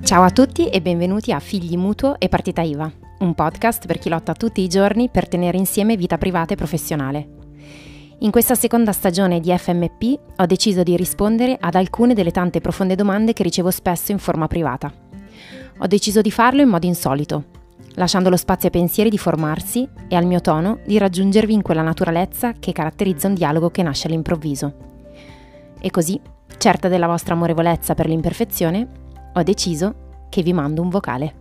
Ciao a tutti e benvenuti a Figli Mutuo e Partita IVA, un podcast per chi lotta tutti i giorni per tenere insieme vita privata e professionale. In questa seconda stagione di FMP ho deciso di rispondere ad alcune delle tante profonde domande che ricevo spesso in forma privata. Ho deciso di farlo in modo insolito, lasciando lo spazio ai pensieri di formarsi e al mio tono di raggiungervi in quella naturalezza che caratterizza un dialogo che nasce all'improvviso. E così, certa della vostra amorevolezza per l'imperfezione, ho deciso che vi mando un vocale.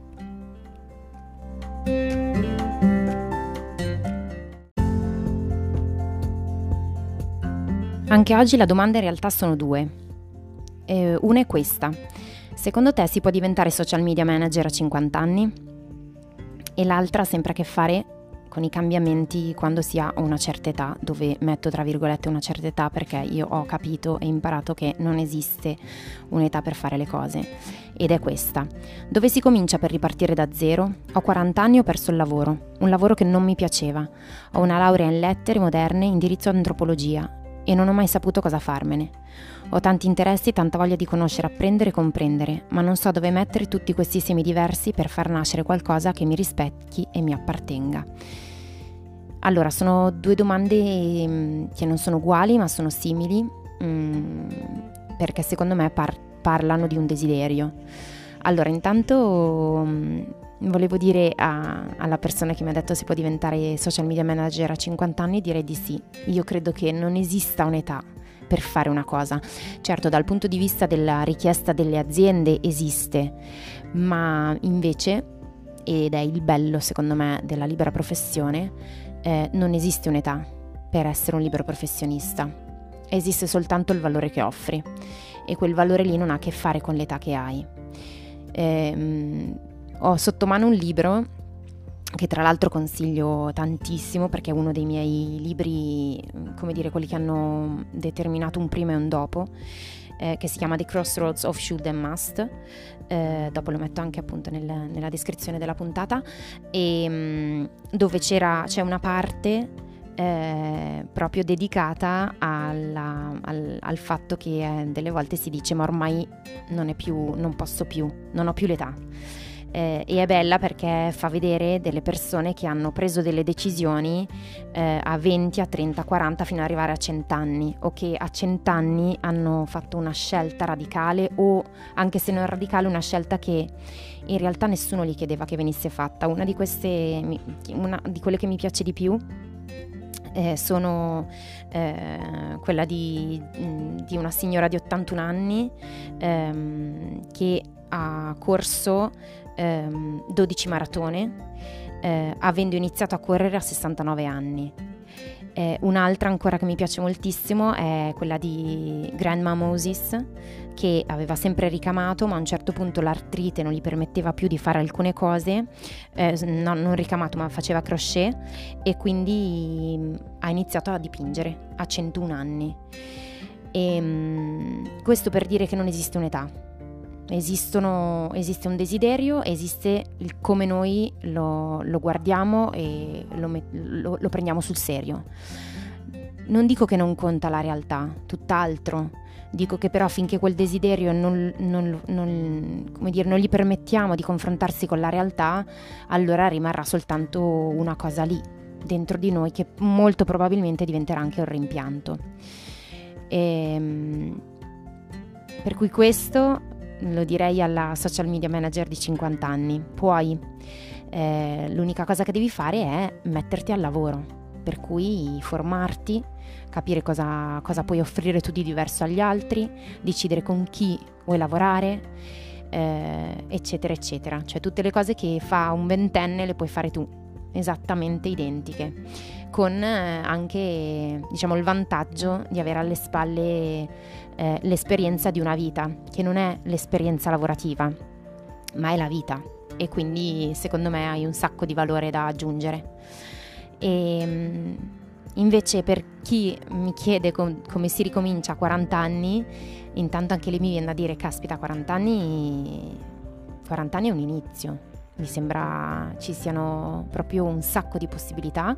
Anche oggi la domanda in realtà sono due. Una è questa: secondo te si può diventare social media manager a 50 anni? E l'altra ha sempre a che fare con i cambiamenti quando si ha una certa età, dove metto tra virgolette una certa età perché io ho capito e imparato che non esiste un'età per fare le cose, ed è questa: dove si comincia per ripartire da zero? Ho 40 anni e ho perso il lavoro, un lavoro che non mi piaceva, ho una laurea in lettere moderne, indirizzo antropologia, e non ho mai saputo cosa farmene. Ho tanti interessi, tanta voglia di conoscere, apprendere e comprendere, ma non so dove mettere tutti questi semi diversi per far nascere qualcosa che mi rispecchi e mi appartenga. Allora, sono due domande che non sono uguali, ma sono simili, perché secondo me parlano di un desiderio. Allora, intanto volevo dire alla persona che mi ha detto se può diventare social media manager a 50 anni, direi di sì. Io credo che non esista un'età per fare una cosa. Certo, dal punto di vista della richiesta delle aziende esiste, ma invece, ed è il bello secondo me della libera professione, non esiste un'età per essere un libero professionista. Esiste soltanto il valore che offri, e quel valore lì non ha a che fare con l'età che hai. Ho sotto mano un libro che tra l'altro consiglio tantissimo perché è uno dei miei libri, come dire, quelli che hanno determinato un prima e un dopo, che si chiama The Crossroads of Should and Must. Dopo lo metto anche appunto nella descrizione della puntata, e dove c'è una parte proprio dedicata al fatto che delle volte si dice ma ormai non posso più, non ho più l'età. E è bella perché fa vedere delle persone che hanno preso delle decisioni a 20, a 30, a 40 fino ad arrivare a 100 anni, o che a 100 anni hanno fatto una scelta radicale, o anche se non radicale una scelta che in realtà nessuno gli chiedeva che venisse fatta. Una di quelle che mi piace di più sono quella di una signora di 81 anni che ha corso 12 maratone, avendo iniziato a correre a 69 anni. Un'altra ancora che mi piace moltissimo è quella di Grandma Moses, che aveva sempre ricamato, ma a un certo punto l'artrite non gli permetteva più di fare alcune cose, non ricamato ma faceva crochet, e quindi ha iniziato a dipingere a 101 anni. E questo per dire che non esiste un'età. Esiste un desiderio, esiste il come noi lo guardiamo e lo prendiamo sul serio. Non dico che non conta la realtà, tutt'altro. Dico che però finché quel desiderio non gli permettiamo di confrontarsi con la realtà, allora rimarrà soltanto una cosa lì, dentro di noi, che molto probabilmente diventerà anche un rimpianto. Per cui questo lo direi alla social media manager di 50 anni. Puoi, l'unica cosa che devi fare è metterti al lavoro, per cui formarti, capire cosa puoi offrire tu di diverso agli altri, decidere con chi vuoi lavorare, eccetera eccetera. Cioè tutte le cose che fa un ventenne le puoi fare tu, esattamente identiche, con anche, diciamo, il vantaggio di avere alle spalle l'esperienza di una vita, che non è l'esperienza lavorativa, ma è la vita, e quindi secondo me hai un sacco di valore da aggiungere. E invece per chi mi chiede come si ricomincia a 40 anni, intanto anche lì mi viene da dire, caspita, 40 anni è un inizio. Mi sembra ci siano proprio un sacco di possibilità,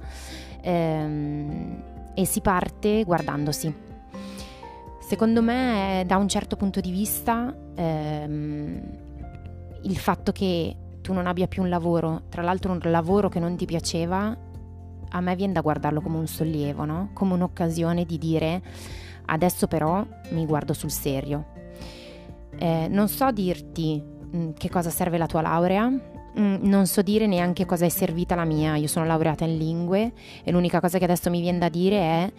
e si parte guardandosi. Secondo me, da un certo punto di vista, il fatto che tu non abbia più un lavoro, tra l'altro un lavoro che non ti piaceva, a me viene da guardarlo come un sollievo, no? Come un'occasione di dire adesso però mi guardo sul serio. Non so dirti che cosa serve la tua laurea, non so dire neanche cosa è servita la mia. Io sono laureata in lingue e l'unica cosa che adesso mi viene da dire è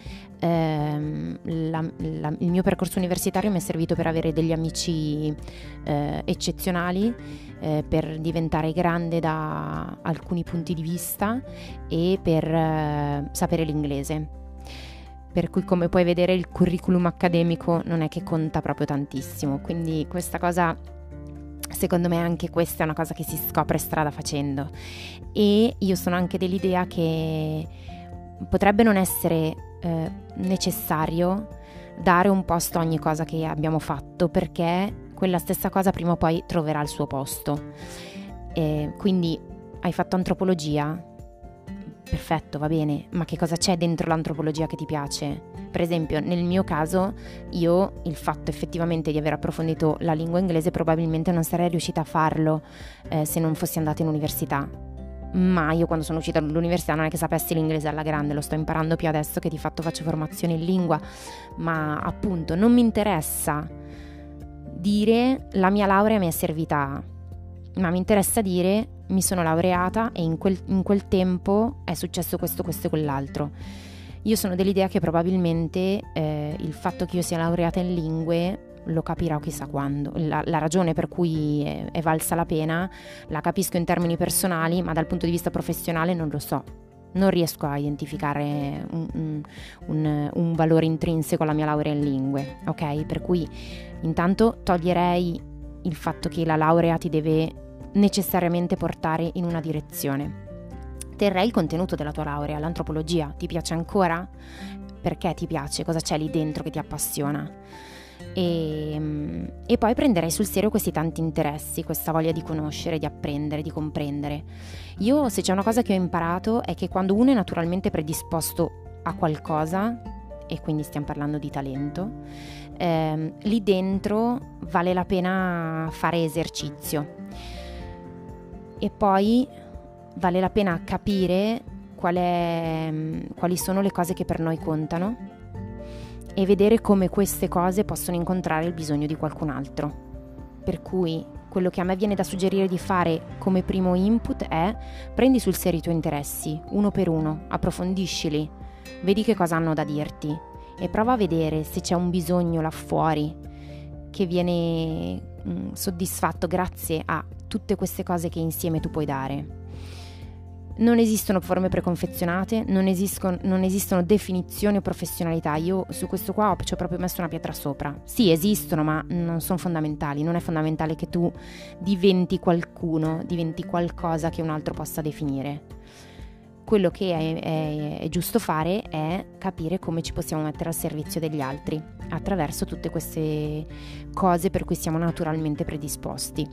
il mio percorso universitario mi è servito per avere degli amici eccezionali, per diventare grande da alcuni punti di vista e per sapere l'inglese. Per cui, come puoi vedere, il curriculum accademico non è che conta proprio tantissimo, quindi questa cosa, secondo me, anche questa è una cosa che si scopre strada facendo. E io sono anche dell'idea che potrebbe non essere necessario dare un posto a ogni cosa che abbiamo fatto, perché quella stessa cosa prima o poi troverà il suo posto. Quindi hai fatto antropologia? Perfetto, va bene, ma che cosa c'è dentro l'antropologia che ti piace? Per esempio, nel mio caso, io il fatto effettivamente di aver approfondito la lingua inglese probabilmente non sarei riuscita a farlo se non fossi andata in università. Ma io quando sono uscita dall'università non è che sapessi l'inglese alla grande, lo sto imparando più adesso che di fatto faccio formazione in lingua, ma appunto non mi interessa dire la mia laurea mi è servita a, ma mi interessa dire mi sono laureata e in quel tempo è successo questo e quell'altro. Io sono dell'idea che probabilmente il fatto che io sia laureata in lingue lo capirò chissà quando. La ragione per cui è valsa la pena la capisco in termini personali, ma dal punto di vista professionale non lo so. Non riesco a identificare un valore intrinseco alla mia laurea in lingue, ok? Per cui intanto toglierei il fatto che la laurea ti deve necessariamente portare in una direzione. Terrei il contenuto della tua laurea, l'antropologia. Ti piace ancora? Perché ti piace? Cosa c'è lì dentro che ti appassiona? E poi prenderei sul serio questi tanti interessi, questa voglia di conoscere, di apprendere, di comprendere. Io, se c'è una cosa che ho imparato, è che quando uno è naturalmente predisposto a qualcosa, e quindi stiamo parlando di talento, lì dentro vale la pena fare esercizio. E poi vale la pena capire quali sono le cose che per noi contano e vedere come queste cose possono incontrare il bisogno di qualcun altro. Per cui quello che a me viene da suggerire di fare come primo input è: prendi sul serio i tuoi interessi, uno per uno, approfondiscili, vedi che cosa hanno da dirti e prova a vedere se c'è un bisogno là fuori che viene soddisfatto grazie a tutte queste cose che insieme tu puoi dare. Non esistono forme preconfezionate, non esistono definizioni o professionalità. Io su questo qua ci ho proprio messo una pietra sopra. Sì, esistono, ma non sono fondamentali. Non è fondamentale che tu diventi qualcuno, diventi qualcosa che un altro possa definire. Quello che è giusto fare è capire come ci possiamo mettere al servizio degli altri attraverso tutte queste cose per cui siamo naturalmente predisposti.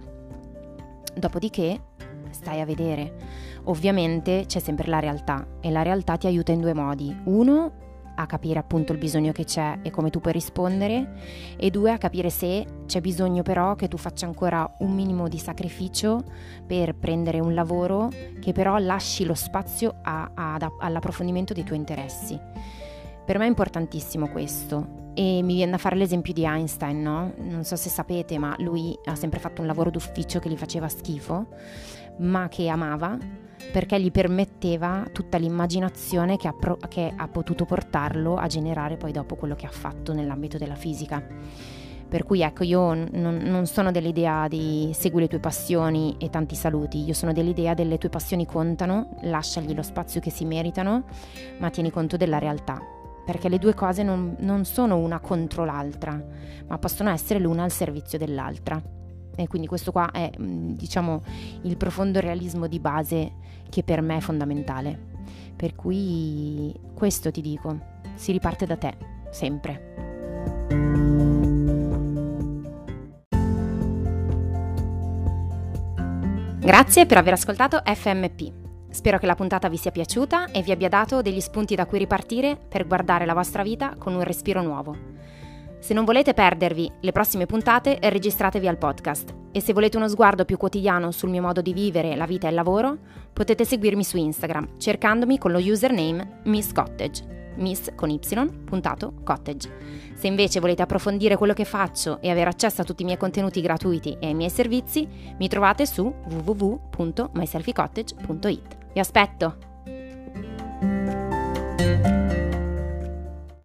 Dopodiché stai a vedere. Ovviamente c'è sempre la realtà e la realtà ti aiuta in due modi. Uno, a capire appunto il bisogno che c'è e come tu puoi rispondere, e due, a capire se c'è bisogno però che tu faccia ancora un minimo di sacrificio per prendere un lavoro che però lasci lo spazio all'approfondimento dei tuoi interessi. Per me è importantissimo questo. E mi viene da fare l'esempio di Einstein, no? Non so se sapete, ma lui ha sempre fatto un lavoro d'ufficio che gli faceva schifo, ma che amava, perché gli permetteva tutta l'immaginazione che ha potuto portarlo a generare poi dopo quello che ha fatto nell'ambito della fisica. Per cui ecco, io non sono dell'idea di segui le tue passioni e tanti saluti. Io sono dell'idea delle tue passioni contano, lasciagli lo spazio che si meritano, ma tieni conto della realtà. Perché le due cose non sono una contro l'altra, ma possono essere l'una al servizio dell'altra. E quindi questo qua è, diciamo, il profondo realismo di base che per me è fondamentale. Per cui questo ti dico, si riparte da te, sempre. Grazie per aver ascoltato FMP. Spero che la puntata vi sia piaciuta e vi abbia dato degli spunti da cui ripartire per guardare la vostra vita con un respiro nuovo. Se non volete perdervi le prossime puntate, registratevi al podcast e se volete uno sguardo più quotidiano sul mio modo di vivere la vita e il lavoro, potete seguirmi su Instagram cercandomi con lo username Miss Cottage, Miss con Y, Cottage. Se invece volete approfondire quello che faccio e avere accesso a tutti i miei contenuti gratuiti e ai miei servizi, mi trovate su www.myselfiecottage.it. Vi aspetto!